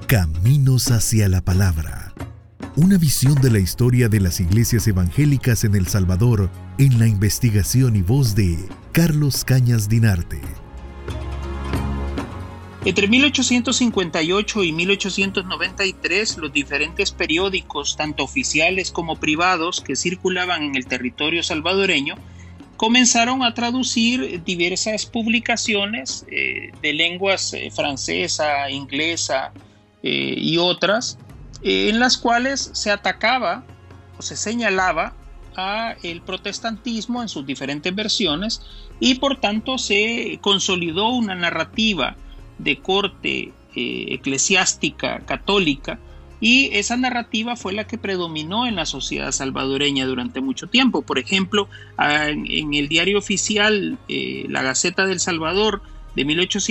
Caminos hacia la Palabra. Una visión de la historia de las iglesias evangélicas en El Salvador en la investigación y voz de Carlos Cañas Dinarte. Entre 1858 y 1893, los diferentes periódicos, tanto oficiales como privados, que circulaban en el territorio salvadoreño, comenzaron a traducir diversas publicaciones de lenguas francesa, inglesa y otras, en las cuales se atacaba o se señalaba a el protestantismo en sus diferentes versiones, y por tanto se consolidó una narrativa de corte eclesiástica católica, y esa narrativa fue la que predominó en la sociedad salvadoreña durante mucho tiempo. Por ejemplo, en el diario oficial La Gaceta del Salvador de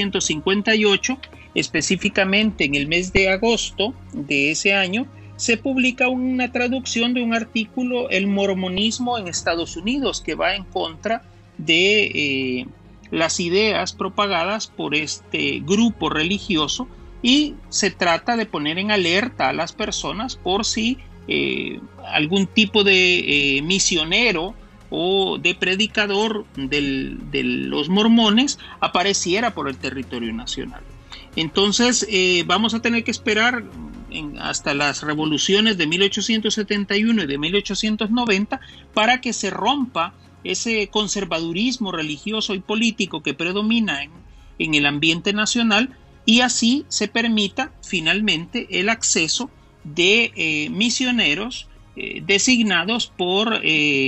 1858, específicamente en el mes de agosto de ese año, se publica una traducción de un artículo, El mormonismo en Estados Unidos, que va en contra de las ideas propagadas por este grupo religioso, y se trata de poner en alerta a las personas por si algún tipo de misionero o de predicador de los mormones apareciera por el territorio nacional. Entonces vamos a tener que esperar hasta las revoluciones de 1871 y de 1890 para que se rompa ese conservadurismo religioso y político que predomina en el ambiente nacional, y así se permita finalmente el acceso de misioneros designados por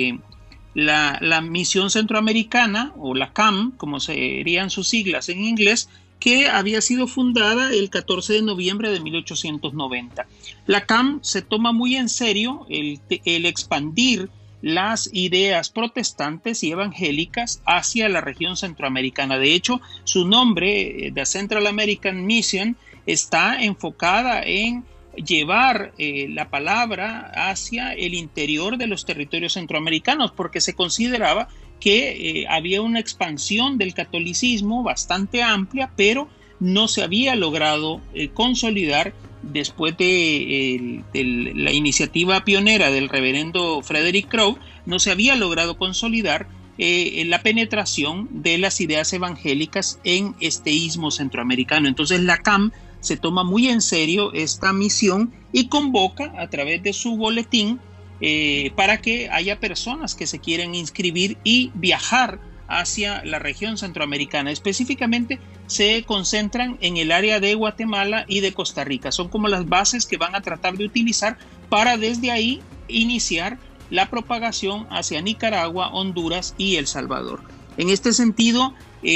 la Misión Centroamericana, o la CAM, como serían sus siglas en inglés, que había sido fundada el 14 de noviembre de 1890. La CAM se toma muy en serio el expandir las ideas protestantes y evangélicas hacia la región centroamericana. De hecho, su nombre, The Central American Mission, está enfocada en llevar la palabra hacia el interior de los territorios centroamericanos, porque se consideraba que había una expansión del catolicismo bastante amplia, pero no se había logrado consolidar después de la iniciativa pionera del reverendo Frederick Crowe. No se había logrado consolidar la penetración de las ideas evangélicas en este istmo centroamericano. Entonces la CAM se toma muy en serio esta misión y convoca a través de su boletín para que haya personas que se quieren inscribir y viajar hacia la región centroamericana. Específicamente se concentran en el área de Guatemala y de Costa Rica. Son como las bases que van a tratar de utilizar para desde ahí iniciar la propagación hacia Nicaragua, Honduras y El Salvador. En este sentido,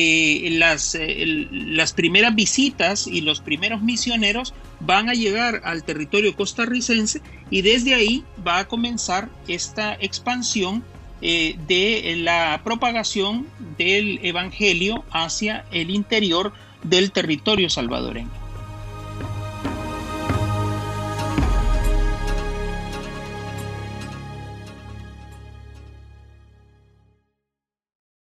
las primeras visitas y los primeros misioneros van a llegar al territorio costarricense, y desde ahí va a comenzar esta expansión de la propagación del evangelio hacia el interior del territorio salvadoreño.